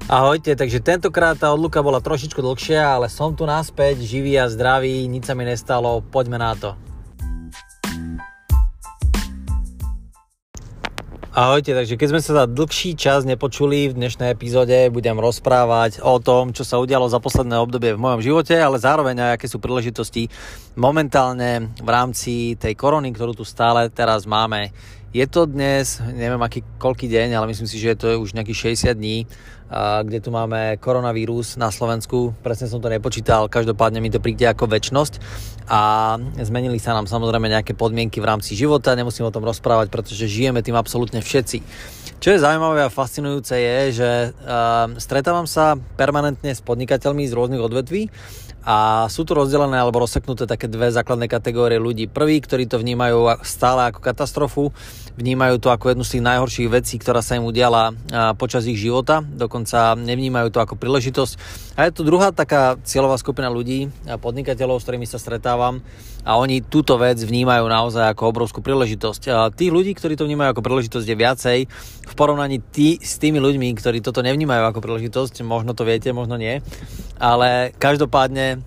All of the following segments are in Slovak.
Ahojte, takže tentokrát tá odluka bola trošičku dlhšia, ale som tu naspäť, živý a zdravý, nič sa mi nestalo, poďme na to. Ahojte, takže keď sme sa za dlhší čas nepočuli, v dnešnej epizóde budem rozprávať o tom, čo sa udialo za posledné obdobie v mojom živote, ale zároveň aj aké sú príležitosti momentálne v rámci tej korony, ktorú tu stále teraz máme. Je to dnes, neviem koľký deň, ale myslím si, že to je už nejakých 60 dní, kde tu máme koronavírus na Slovensku. Presne som to nepočítal, každopádne mi to príde ako večnosť a zmenili sa nám samozrejme nejaké podmienky v rámci života, nemusím o tom rozprávať, pretože žijeme tým absolútne všetci. Čo je zaujímavé a fascinujúce je, že stretávam sa permanentne s podnikateľmi z rôznych odvetví a sú tu rozdelené alebo rozseknuté také dve základné kategórie ľudí. Prví, ktorí to vnímajú stále ako katastrofu, vnímajú to ako jednu z tých najhorších vecí, ktorá sa im udiala počas ich života, dokonca nevnímajú to ako príležitosť. A je tu druhá taká cieľová skupina ľudí, podnikateľov, s ktorými sa stretávam a oni túto vec vnímajú naozaj ako obrovskú príležitosť. Tých ľudí, ktorí to vnímajú ako príležitosť, je viacej v porovnaní s tými ľuďmi, ktorí toto nevnímajú ako príležitosť, možno to viete, možno nie, ale každopádne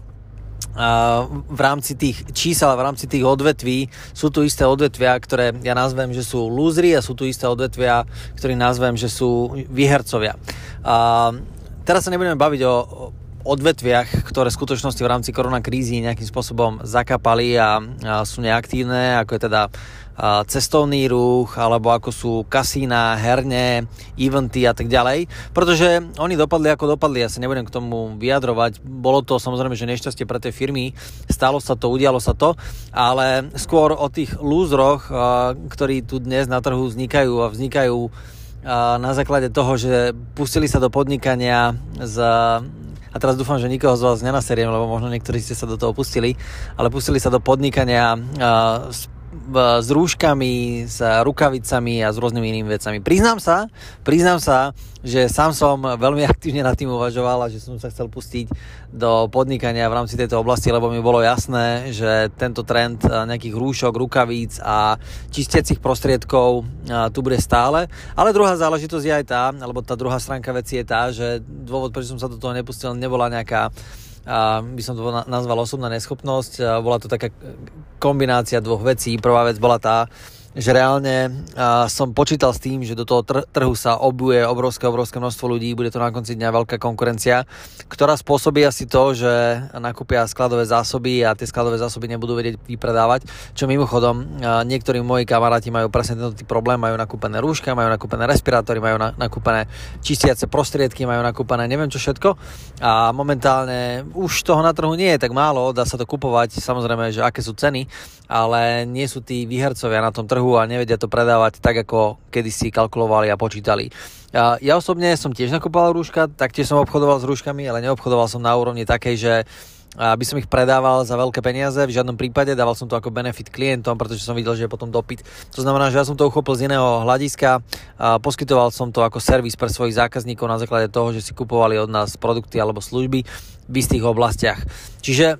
v rámci tých čísel, v rámci tých odvetví sú tu isté odvetvia, ktoré ja nazvem, že sú lúzri a sú tu isté odvetvia, ktoré nazvem, že sú výhercovia. Teraz sa nebudeme baviť o odvetviach, ktoré v skutočnosti v rámci koronakrízy nejakým spôsobom zakapali a sú neaktívne, ako je teda cestovný ruch, alebo ako sú kasína, herne, eventy a tak ďalej, pretože oni dopadli ako dopadli, ja sa nebudem k tomu vyjadrovať, bolo to samozrejme, že nešťastie pre tie firmy, stalo sa to, udialo sa to, ale skôr o tých lúzroch, ktorí tu dnes na trhu vznikajú na základe toho, že pustili sa do podnikania a teraz dúfam, že nikoho z vás nenaseriem, lebo možno niektorí ste sa do toho pustili, ale pustili sa do podnikania s rúškami, s rukavicami a s rôznymi inými vecami. Priznám sa, že sám som veľmi aktívne nad tým uvažoval a že som sa chcel pustiť do podnikania v rámci tejto oblasti, lebo mi bolo jasné, že tento trend nejakých rúšok, rukavíc a čistiacich prostriedkov tu bude stále. Ale druhá záležitosť je aj tá, alebo tá druhá stránka veci je tá, že dôvod, prečo som sa do toho nepustil, nebola nejaká by som to nazval osobná neschopnosť. Bola to taká kombinácia dvoch vecí. Prvá vec bola tá, že reálne som počítal s tým, že do toho trhu sa obuje obrovské množstvo ľudí, bude to na konci dňa veľká konkurencia, ktorá spôsobí asi to, že nakúpia skladové zásoby a tie skladové zásoby nebudú vedieť vypredávať, čo mimochodom niektorí moji kamaráti majú presne tento typ problém, majú nakúpené rúška, majú nakúpené respirátory, majú nakúpené čistiace prostriedky, majú nakúpené neviem čo všetko a momentálne už toho na trhu nie je tak málo, dá sa to kupovať, samozrejme, že aké sú ceny, ale nie sú tí výhercovia na tom trhu a nevedia to predávať tak, ako kedysi kalkulovali a počítali. Ja osobne som tiež nakupoval rúška, taktiež som obchodoval s rúškami, ale neobchodoval som na úrovni takej, že aby som ich predával za veľké peniaze, v žiadnom prípade, dával som to ako benefit klientom, pretože som videl, že je potom dopyt. To znamená, že ja som to uchopil z iného hľadiska, poskytoval som to ako servis pre svojich zákazníkov na základe toho, že si kupovali od nás produkty alebo služby v istých oblastiach. Čiže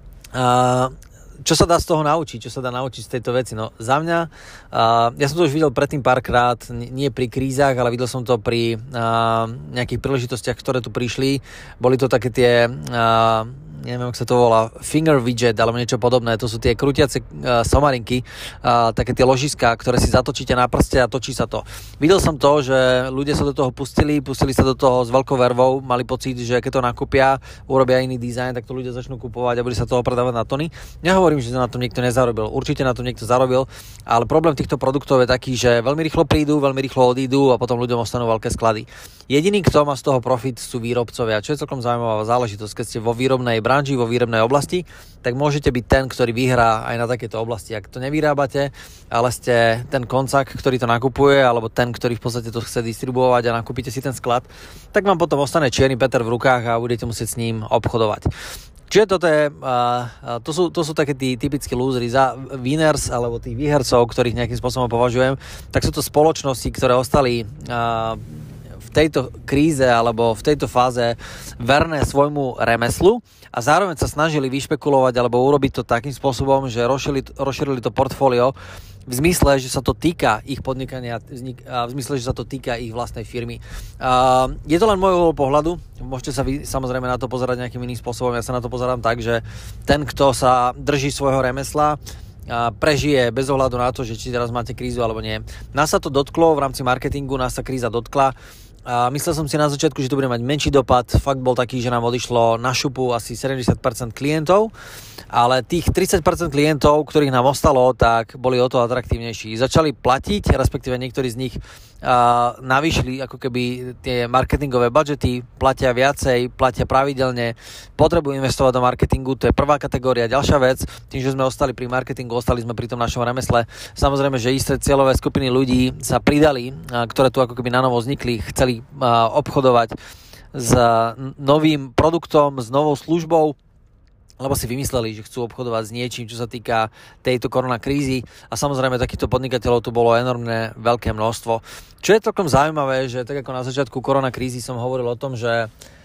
čo sa dá z toho naučiť? Čo sa dá naučiť z tejto veci? No za mňa, ja som to už videl predtým párkrát, nie pri krízach, ale videl som to pri nejakých príležitostiach, ktoré tu prišli. Boli to také tie neviem, ako sa to volá, finger widget alebo niečo podobné, to sú tie krútiace somarinky, také tie ložiská, ktoré si zatočíte na prste a točí sa to. Videl som to, že ľudia sa do toho pustili sa do toho s veľkou vervou, mali pocit, že keď to nakúpia, urobia iný dizajn, tak to ľudia začnú kupovať a bude sa toho predávať na tony. Nehovorím, že na tom niekto nezarobil, určite na tom niekto zarobil, ale problém týchto produktov je taký, že veľmi rýchlo prídu, veľmi rýchlo odídu a potom ľuďom ostanú veľké sklady. Jediný, kto má z toho profit, sú výrobcovia, čo je celkom zaujímavá záležitosť. Keď ste vo výrobnej branži, vo výrobnej oblasti, tak môžete byť ten, ktorý vyhrá aj na takéto oblasti. Ak to nevyrábate, ale ste ten koncák, ktorý to nakupuje, alebo ten, ktorý v podstate to chce distribuovať a nakúpite si ten sklad, tak vám potom ostane čierny Peter v rukách a budete musieť s ním obchodovať. Čiže to sú také tí typickí lúzri za winners alebo tých výhercov, ktorých nejakým spôsobom považujem, tak sú to spoločnosti, ktoré ostali v tejto kríze alebo v tejto fáze verné svojmu remeslu a zároveň sa snažili vyšpekulovať alebo urobiť to takým spôsobom, že rozšírili to portfólio v zmysle, že sa to týka ich podnikania a v zmysle, že sa to týka ich vlastnej firmy. Je to len môj uhol pohľadu, môžete sa vy samozrejme na to pozerať nejakým iným spôsobom, ja sa na to pozerám tak, že ten, kto sa drží svojho remesla, prežije bez ohľadu na to, že či teraz máte krízu alebo nie. Nás sa to dotklo v rámci marketingu, nás sa kríza dotkla. Myslel som si na začiatku, že to bude mať menší dopad. Fakt bol taký, že nám odišlo na šupu asi 70% klientov, ale tých 30% klientov, ktorých nám ostalo, tak boli o to atraktívnejší. Začali platiť, respektíve niektorí z nich navýšili ako keby tie marketingové budžety, platia viacej, platia pravidelne, potrebujú investovať do marketingu, to je prvá kategória. Ďalšia vec, tým, že sme ostali pri marketingu, ostali sme pri tom našom remesle, samozrejme, že isté cieľové skupiny ľudí sa pridali, ktoré tu ako keby na novo vznikli, chceli obchodovať s novým produktom, s novou službou, lebo si vymysleli, že chcú obchodovať s niečím, čo sa týka tejto koronakrízy a samozrejme takýchto podnikateľov tu bolo enormné veľké množstvo. Čo je celkom zaujímavé, že tak ako na začiatku koronakrízy som hovoril o tom, že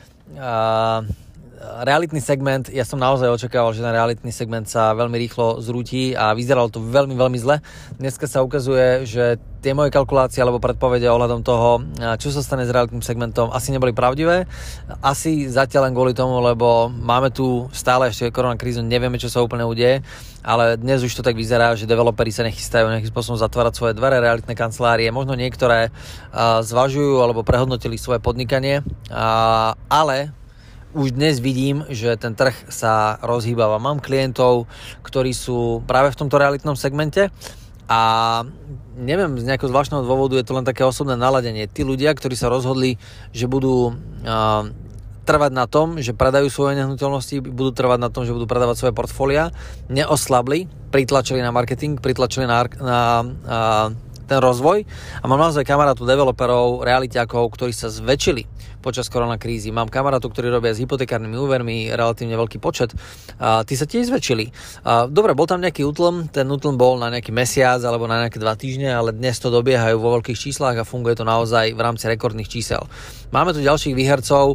realitný segment, ja som naozaj očakával, že ten realitný segment sa veľmi rýchlo zrúti a vyzeralo to veľmi, veľmi zle. Dneska sa ukazuje, že tie moje kalkulácie alebo predpovede ohľadom toho, čo sa stane s realitným segmentom, asi neboli pravdivé. Asi zatiaľ len kvôli tomu, lebo máme tu stále ešte koronakrízu, nevieme, čo sa úplne udeje, ale dnes už to tak vyzerá, že developeri sa nechystajú nejakým spôsobom zatvárať svoje dvere, realitné kancelárie, možno niektoré zvažujú alebo prehodnotili svoje podnikanie, ale už dnes vidím, že ten trh sa rozhýbava. Mám klientov, ktorí sú práve v tomto realitnom segmente a neviem, z nejakého zvláštneho dôvodu je to len také osobné naladenie. Tí ľudia, ktorí sa rozhodli, že budú trvať na tom, že predajú svoje nehnuteľnosti, budú trvať na tom, že budú predávať svoje portfólia, neoslabli, pritlačili na marketing, pritlačili na ten rozvoj a mám naozaj kamarátov, developerov, realiťákov, ktorí sa zväčšili počas koronakrízy. Mám kamarátov, ktorí robia s hypotekárnymi úvermi relatívne veľký počet. Tí sa tiež zväčšili. Dobre, bol tam nejaký útlm, ten útlm bol na nejaký mesiac alebo na nejaké 2 týždne, ale dnes to dobiehajú vo veľkých číslach a funguje to naozaj v rámci rekordných čísel. Máme tu ďalších výhercov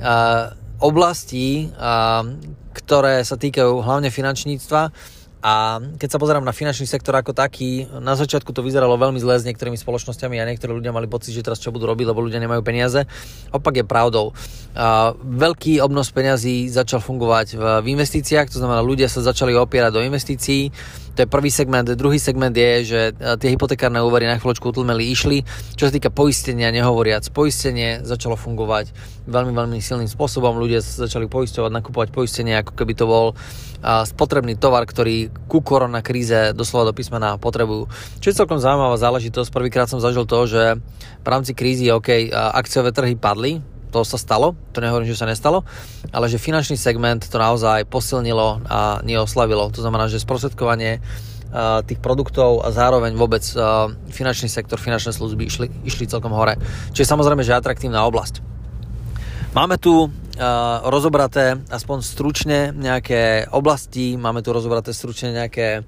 oblastí, ktoré sa týkajú hlavne finančníctva. A keď sa pozerám na finančný sektor ako taký, na začiatku to vyzeralo veľmi zle s niektorými spoločnosťami a niektorí ľudia mali pocit, že teraz čo budú robiť, lebo ľudia nemajú peniaze. Opak je pravdou. Veľký obnos peňazí začal fungovať v investíciách, to znamená, ľudia sa začali opierať do investícií. To je prvý segment. Druhý segment je, že tie hypotekárne úvery na chvíľočku utlmeli, išli. Čo sa týka poistenia, nehovoriac, poistenie začalo fungovať veľmi, veľmi silným spôsobom. Ľudia sa začali poisťovať, nakupovať poistenie, ako keby to bol spotrebný tovar, ktorý ku koronakríze doslova do písmena potrebujú. Čo je celkom zaujímavá záležitosť. Prvýkrát som zažil to, že v rámci krízy akciové trhy padli. To sa stalo, to nehovorím, že sa nestalo, ale že finančný segment to naozaj posilnilo a neoslavilo. To znamená, že sprostredkovanie tých produktov a zároveň vôbec finančný sektor, finančné služby išli celkom hore. Čiže samozrejme, že atraktívna oblasť. Máme tu rozobraté aspoň stručne nejaké oblasti, máme tu rozobraté stručne nejaké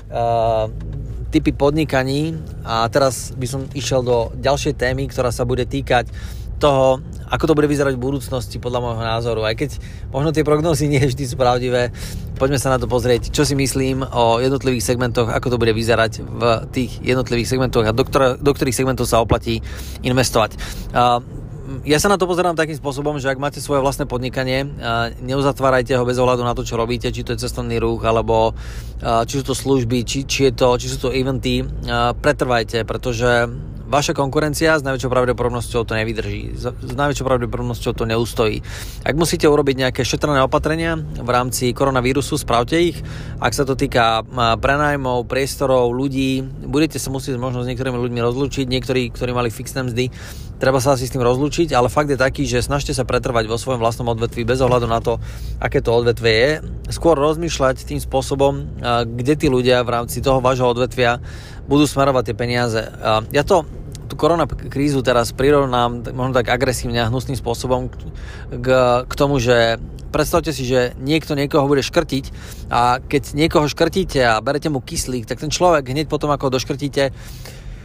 typy podnikaní a teraz by som išiel do ďalšej témy, ktorá sa bude týkať toho, ako to bude vyzerať v budúcnosti podľa môjho názoru. Aj keď možno tie prognózy nie vždy sú pravdivé, poďme sa na to pozrieť, čo si myslím o jednotlivých segmentoch, ako to bude vyzerať v tých jednotlivých segmentoch a do ktorých segmentov sa oplatí investovať. Ja sa na to pozerám takým spôsobom, že ak máte svoje vlastné podnikanie, neuzatvárajte ho bez ohľadu na to, čo robíte, či to je cestovný ruch, alebo či sú to služby, či sú to eventy, pretrvajte, pretože vaša konkurencia s najväčšou pravdepodobnosťou to nevydrží. S najväčšou pravdepodobnosťou to neustojí. Ak musíte urobiť nejaké šetrné opatrenia v rámci koronavírusu, spravte ich. Ak sa to týka prenájmov, priestorov, ľudí, budete sa musieť možno s niektorými ľuďmi rozlúčiť, niektorí, ktorí mali fixné mzdy, treba sa asi s tým rozlúčiť, ale fakt je taký, že snažte sa pretrvať vo svojom vlastnom odvetví bez ohľadu na to, aké to odvetvie je. Skôr rozmýšľať tým spôsobom, kde tí ľudia v rámci toho vášho odvetvia budú smerovať tie peniaze. Ja tú koronakrízu teraz prirovnám možno tak agresívne a hnusným spôsobom k tomu, že predstavte si, že niekto niekoho bude škrtiť a keď niekoho škrtíte a berete mu kyslík, tak ten človek hneď potom, ako ho doškrtíte,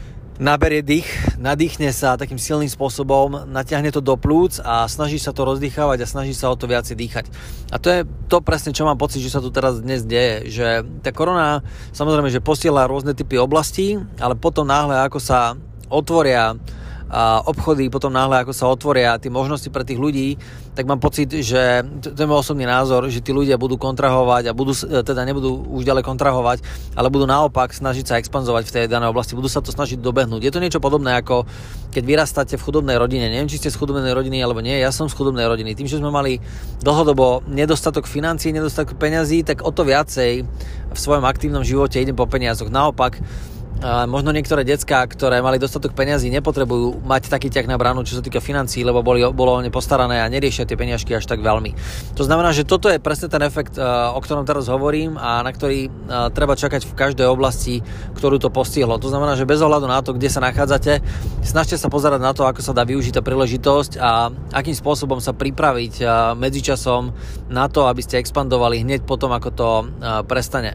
naberie dých, nadýchne sa takým silným spôsobom, natiahne to do plúc a snaží sa to rozdýchávať a snaží sa o to viacej dýchať. A to je to presne, čo mám pocit, že sa tu teraz dnes deje, že tá korona samozrejme, že posiela rôzne typy oblastí, ale potom náhle, ako sa otvoria obchody, potom náhle, ako sa otvoria tie možnosti pre tých ľudí, tak mám pocit, že to je môj osobný názor, že tí ľudia budú kontrahovať a nebudú už ďalej kontrahovať, ale budú naopak snažiť sa expanzovať v tej danej oblasti, budú sa to snažiť dobehnúť. Je to niečo podobné ako keď vyrastáte v chudobnej rodine. Neviem, či ste z chudobnej rodiny alebo nie, ja som z chudobnej rodiny. Tým, že sme mali dlhodobo nedostatok financií, nedostatok peňazí, tak o to viacej v svojom aktívnom živote idem po peniazoch. Naopak, možno niektoré decká, ktoré mali dostatok peňazí, nepotrebujú mať taký ťah na bránu, čo sa týka financií, lebo bolo o ne postarané a neriešia tie peniažky až tak veľmi. To znamená, že toto je presne ten efekt, o ktorom teraz hovorím a na ktorý treba čakať v každej oblasti, ktorú to postihlo. To znamená, že bez ohľadu na to, kde sa nachádzate, snažte sa pozerať na to, ako sa dá využiť tá príležitosť a akým spôsobom sa pripraviť medzičasom na to, aby ste expandovali hneď potom, ako to prestane.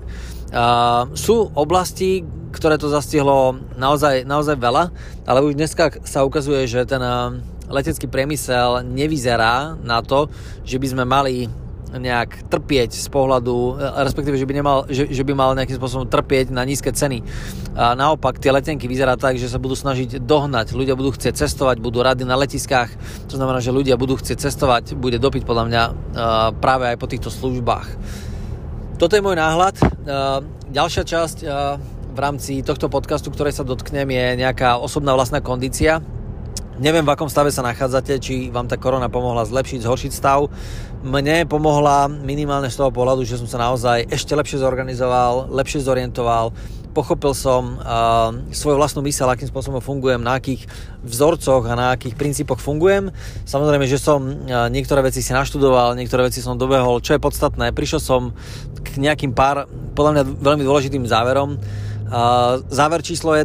Sú oblasti, ktoré to zastihlo naozaj veľa, ale už dneska sa ukazuje, že ten letecký priemysel nevyzerá na to, že by sme mali nejak trpieť z pohľadu, respektíve, že by mal nejakým spôsobom trpieť na nízke ceny. Naopak, tie letenky vyzerá tak, že sa budú snažiť dohnať. Ľudia budú chcieť cestovať, budú rady na letiskách, to znamená, že ľudia budú chcieť cestovať, bude dopyt podľa mňa práve aj po týchto službách. Toto je môj náhľad. Ďalšia časť v rámci tohto podcastu, ktorej sa dotknem, je nejaká osobná vlastná kondícia. Neviem, v akom stave sa nachádzate, či vám tá korona pomohla zlepšiť, zhoršiť stav. Mne pomohla minimálne z toho pohľadu, že som sa naozaj ešte lepšie zorganizoval, lepšie zorientoval, pochopil som svoju vlastnú myseľ, akým spôsobom fungujem, na akých vzorcoch a na akých princípoch fungujem. Samozrejme, že som niektoré veci si naštudoval, niektoré veci som dobehol, čo je podstatné. Prišiel som k nejakým pár, podľa mňa veľmi dôležitým záverom. Záver číslo 1.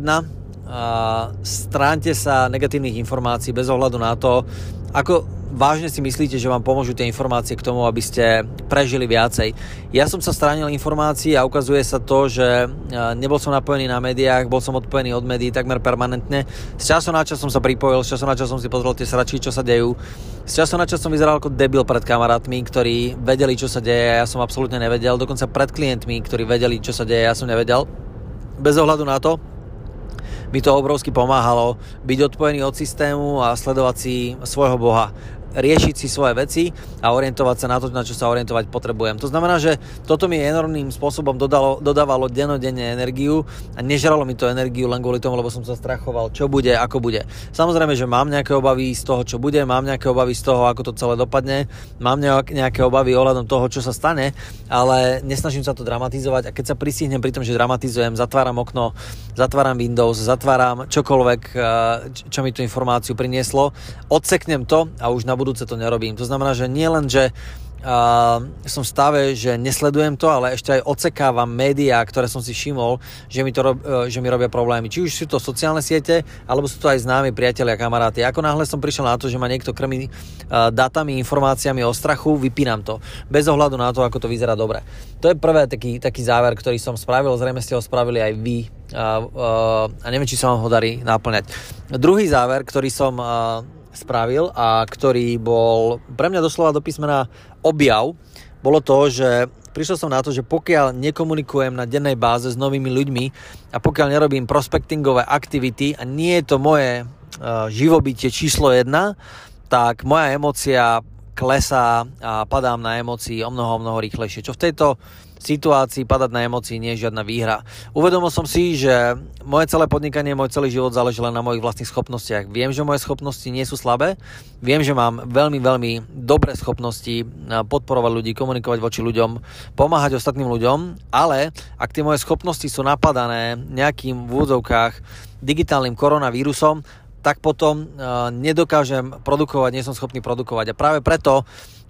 Stráňte sa negatívnych informácií bez ohľadu na to, ako vážne si myslíte, že vám pomôžu tie informácie k tomu, aby ste prežili viacej. Ja som sa stránil informácií a ukazuje sa to, že nebol som napojený na médiách, bol som odpojený od médií takmer permanentne. Z času na čas som sa pripojil, z času na čas som si pozrel tie sračky, čo sa dejú. Z času na čas som vyzeral ako debil pred kamarátmi, ktorí vedeli, čo sa deje, ja som absolútne nevedel. Dokonca pred klientmi, ktorí vedeli, čo sa deje, ja som nevedel. Bez ohľadu na to, mi to obrovsky pomáhalo byť odpojený od systému a sledovať si svojho Boha. Riešiť si svoje veci a orientovať sa na to, na čo sa orientovať potrebujem. To znamená, že toto mi enormným spôsobom dodávalo dennodenne energiu a nežralo mi to energiu len kvôli tomu, lebo som sa strachoval, čo bude, ako bude. Samozrejme, že mám nejaké obavy z toho, čo bude, mám nejaké obavy z toho, ako to celé dopadne, mám nejaké obavy ohľadom toho, čo sa stane, ale nesnažím sa to dramatizovať a keď sa pristihnem pri tom, že dramatizujem, zatváram okno, zatváram Windows, zatváram čokoľvek, čo mi tú informáciu prinieslo, odseknem to a už na budúce to nerobím. To znamená, že nie len, že som v stave, že nesledujem to, ale ešte aj odsekávam médiá, ktoré som si všimol, že mi robia problémy. Či už sú to sociálne siete, alebo sú to aj známi priatelia, kamaráti. Ako náhle som prišiel na to, že ma niekto krmí dátami, informáciami o strachu, vypínam to. Bez ohľadu na to, ako to vyzerá dobre. To je prvý taký záver, ktorý som spravil, zrejme ste ho spravili aj vy a neviem, či sa vám ho darí náplňať. Druhý záver, ktorý som spravil a ktorý bol pre mňa doslova do písmena objav, bolo to, že prišiel som na to, že pokiaľ nekomunikujem na dennej báze s novými ľuďmi a pokiaľ nerobím prospectingové aktivity a nie je to moje živobytie číslo 1, tak moja emócia klesá a padám na emócii o mnoho rýchlejšie. Čo v tejto situácii padať na emócii nie je žiadna výhra. Uvedomil som si, že moje celé podnikanie, môj celý život záleží len na mojich vlastných schopnostiach. Viem, že moje schopnosti nie sú slabé, viem, že mám veľmi dobré schopnosti podporovať ľudí, komunikovať voči ľuďom, pomáhať ostatným ľuďom, ale ak tie moje schopnosti sú napadané nejakým v úvodzovkách digitálnym koronavírusom, tak potom nedokážem produkovať, nie som schopný produkovať. A práve preto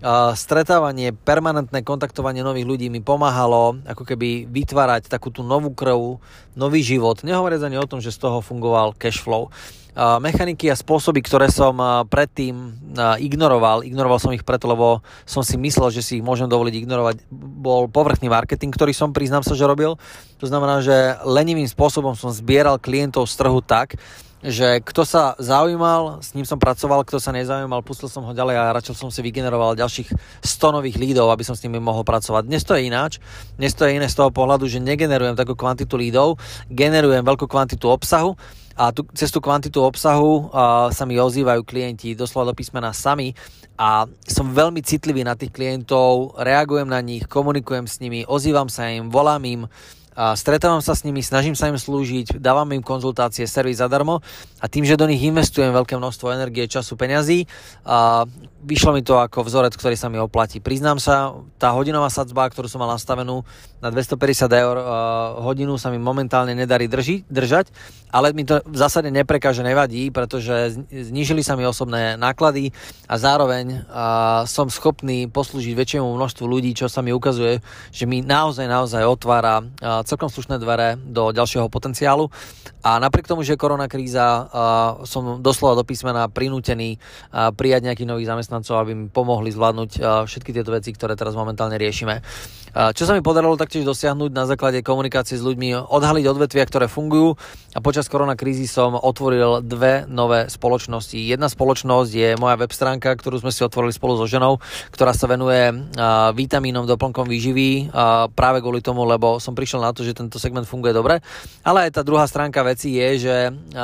stretávanie, permanentné kontaktovanie nových ľudí mi pomáhalo ako keby vytvárať takú tú novú krv, nový život. Nehovoriac ani o tom, že z toho fungoval cash flow. Mechaniky a spôsoby, ktoré som predtým ignoroval som ich preto, lebo som si myslel, že si ich môžem dovoliť ignorovať, bol povrchný marketing, ktorý som, priznám sa, že robil. To znamená, že lenivým spôsobom som zbieral klientov z trhu tak, že kto sa zaujímal, s ním som pracoval, kto sa nezaujímal, pustil som ho ďalej a radšej som si vygeneroval ďalších 100 nových lídov, aby som s nimi mohol pracovať. Dnes to je ináč, dnes to je iné z toho pohľadu, že negenerujem takú kvantitu lídov, generujem veľkú kvantitu obsahu a cez tú kvantitu obsahu sa mi ozývajú klienti doslova do písmena sami a som veľmi citlivý na tých klientov, reagujem na nich, komunikujem s nimi, ozývam sa im, volám im, stretávam sa s nimi, snažím sa im slúžiť, dávam im konzultácie, servis zadarmo a tým, že do nich investujem veľké množstvo energie, času, peňazí, vyšlo mi to ako vzorec, ktorý sa mi oplatí. Priznám sa, tá hodinová sadzba, ktorú som mal nastavenú na 250 eur hodinu, sa mi momentálne nedarí držať, ale mi to v zásade neprekáže, nevadí, pretože znížili sa mi osobné náklady a zároveň som schopný poslúžiť väčšiemu množstvu ľudí, čo sa mi ukazuje, že mi naozaj otvára celkom slušné dvere do ďalšieho potenciálu a napriek tomu, že korona kríza, som doslova do písmena prinútený prijať nejakých nových zamestnancov, aby mi pomohli zvládnuť všetky tieto veci, ktoré teraz momentálne riešime. Čo sa mi podarilo taktiež dosiahnuť na základe komunikácie s ľuďmi, odhaliť odvetvia, ktoré fungujú a počas korona krízy som otvoril 2 nové spoločnosti. Jedna spoločnosť je moja web stránka, ktorú sme si otvorili spolu so ženou, ktorá sa venuje vitamínom, doplnkom výživy práve kvôli tomu, lebo som prišiel na to, že tento segment funguje dobre. Ale aj tá druhá stránka veci je, že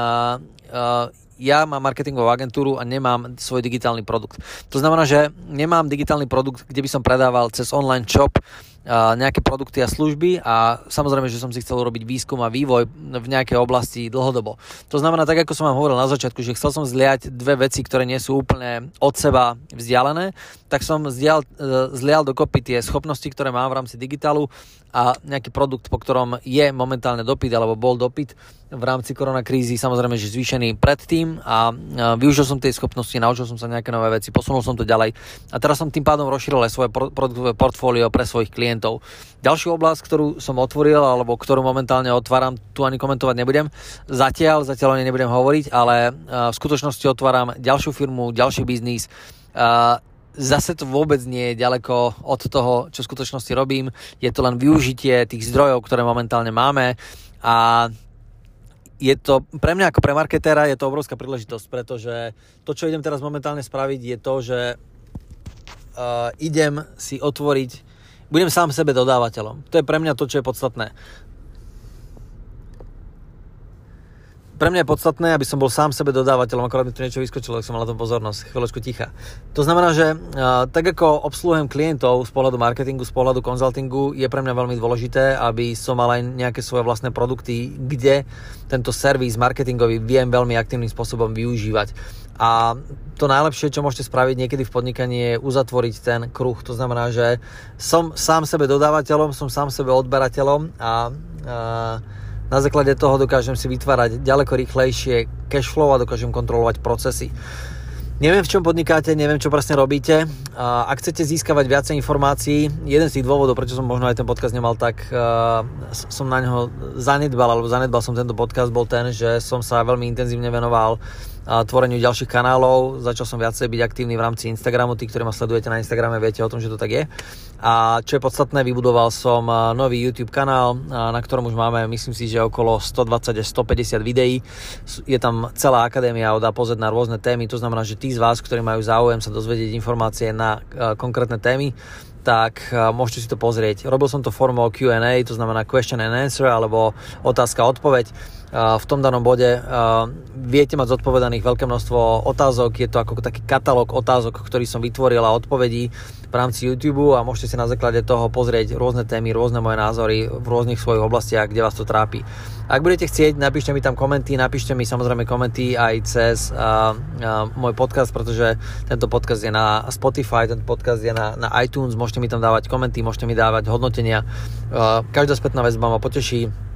ja mám marketingovú agentúru a nemám svoj digitálny produkt. To znamená, že nemám digitálny produkt, kde by som predával cez online shop nejaké produkty a služby a samozrejme, že som si chcel urobiť výskum a vývoj v nejakej oblasti dlhodobo. To znamená, tak ako som vám hovoril na začiatku, že chcel som zliať 2 veci, ktoré nie sú úplne od seba vzdialené, tak som zlial dokopy tie schopnosti, ktoré mám v rámci digitálu a nejaký produkt, po ktorom je momentálne dopyt alebo bol dopyt v rámci koronakrízy, samozrejme, že zvýšený predtým a využil som tie schopnosti, naučil som sa nejaké nové veci, posunul som to ďalej a teraz som tým pádom rozšíril aj svoje produktové portfólio pre svojich klientov. Ďalšiu oblasť, ktorú som otvoril alebo ktorú momentálne otváram, tu ani komentovať nebudem. Zatiaľ o nej nebudem hovoriť, ale v skutočnosti otváram ďalšiu firmu, ďalší biznis. Zase to vôbec nie je ďaleko od toho, čo v skutočnosti robím. Je to len využitie tých zdrojov, ktoré momentálne máme a je to pre mňa ako pre marketéra je to obrovská príležitosť, pretože to, čo idem teraz momentálne spraviť, je to, že idem si budem sám sebe dodávateľom. To je pre mňa to, čo je podstatné. Pre mňa je podstatné, aby som bol sám sebe dodávateľom, akorát mi tu niečo vyskočilo, tak som mal na tom pozornosť, chvíľočku ticha. To znamená, že tak ako obsluhujem klientov z pohľadu marketingu, z pohľadu konzultingu, je pre mňa veľmi dôležité, aby som mal aj nejaké svoje vlastné produkty, kde tento servis marketingový viem veľmi aktívnym spôsobom využívať. A to najlepšie, čo môžete spraviť niekedy v podnikaní, je uzatvoriť ten kruh. To znamená, že som sám sebe dodávateľom, som sám sebe odberateľom a na základe toho dokážem si vytvárať ďaleko rýchlejšie cash flow a dokážem kontrolovať procesy. Neviem, v čom podnikáte, neviem, čo presne robíte. Ak chcete získavať viacej informácií, jeden z tých dôvodov, prečo som možno aj ten podcast nemal, tak som na neho zanedbal som tento podcast, bol ten, že som sa veľmi intenzívne venoval tvoreniu ďalších kanálov. Začal som viacej byť aktívny v rámci Instagramu. Tí, ktorí ma sledujete na Instagrame, viete o tom, že to tak je. A čo je podstatné, vybudoval som nový YouTube kanál, na ktorom už máme, myslím si, že okolo 120 až 150 videí. Je tam celá akadémia od A po Z na rôzne témy. To znamená, že tí z vás, ktorí majú záujem sa dozvedieť informácie na konkrétne témy, tak môžete si to pozrieť. Robil som to formou Q&A, to znamená question and answer, alebo otázka a odpoveď. V tom danom bode viete mať zodpovedaných veľké množstvo otázok, je to ako taký katalóg otázok, ktorý som vytvoril a odpovedí v rámci YouTube a môžete si na základe toho pozrieť rôzne témy, rôzne moje názory v rôznych svojich oblastiach, kde vás to trápi. Ak budete chcieť, napíšte mi tam komenty, napíšte mi samozrejme komenty aj cez môj podcast, pretože tento podcast je na Spotify, tento podcast je na iTunes, môžete mi tam dávať komenty, môžete mi dávať hodnotenia. Každá spätná väzba ma poteší.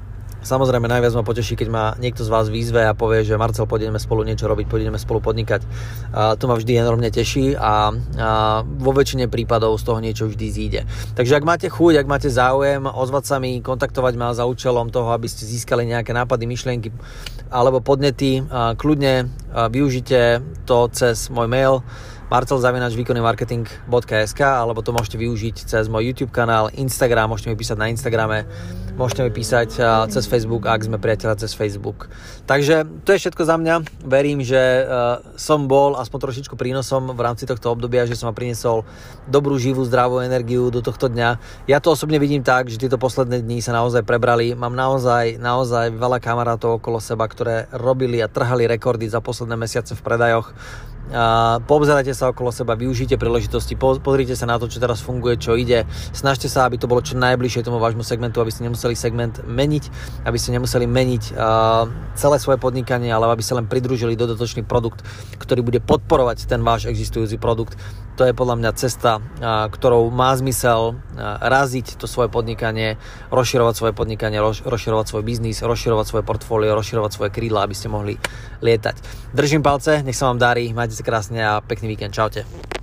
Samozrejme, najviac ma poteší, keď ma niekto z vás výzve a povie, že Marcel, pôjdeme spolu niečo robiť, pôjdeme spolu podnikať. To ma vždy enormne teší a vo väčšine prípadov z toho niečo vždy zíde. Takže ak máte chuť, ak máte záujem, ozvať sa mi, kontaktovať ma za účelom toho, aby ste získali nejaké nápady, myšlienky alebo podnety, kľudne využite to cez môj mail marcel@výkonnymarketing.sk alebo to môžete využiť cez môj YouTube kanál, Instagram, môžete mi písať na Instagrame, môžete mi písať cez Facebook, ak sme priateľa cez Facebook. Takže to je všetko za mňa. Verím, že som bol aspoň trošičku prínosom v rámci tohto obdobia, že som vám priniesol dobrú, živú, zdravú energiu do tohto dňa. Ja to osobne vidím tak, že tieto posledné dni sa naozaj prebrali. Mám naozaj veľa kamarátov okolo seba, ktoré robili a trhali rekordy za posledné mesiace v predajoch. Poobzerajte sa okolo seba, využite príležitosti, pozrite sa na to, čo teraz funguje, čo ide, snažte sa, aby to bolo čo najbližšie tomu vášmu segmentu, aby ste nemuseli segment meniť, aby ste nemuseli meniť celé svoje podnikanie, ale aby ste len pridružili dodatočný produkt, ktorý bude podporovať ten váš existujúci produkt. To je podľa mňa cesta, ktorou má zmysel raziť to svoje podnikanie, rozširovať svoje podnikanie, rozširovať svoj biznis, rozširovať svoje portfólio, rozširovať svoje krídla, aby ste mohli lietať. Držím palce, nech sa vám darí, majte sa krásne a pekný víkend. Čaute.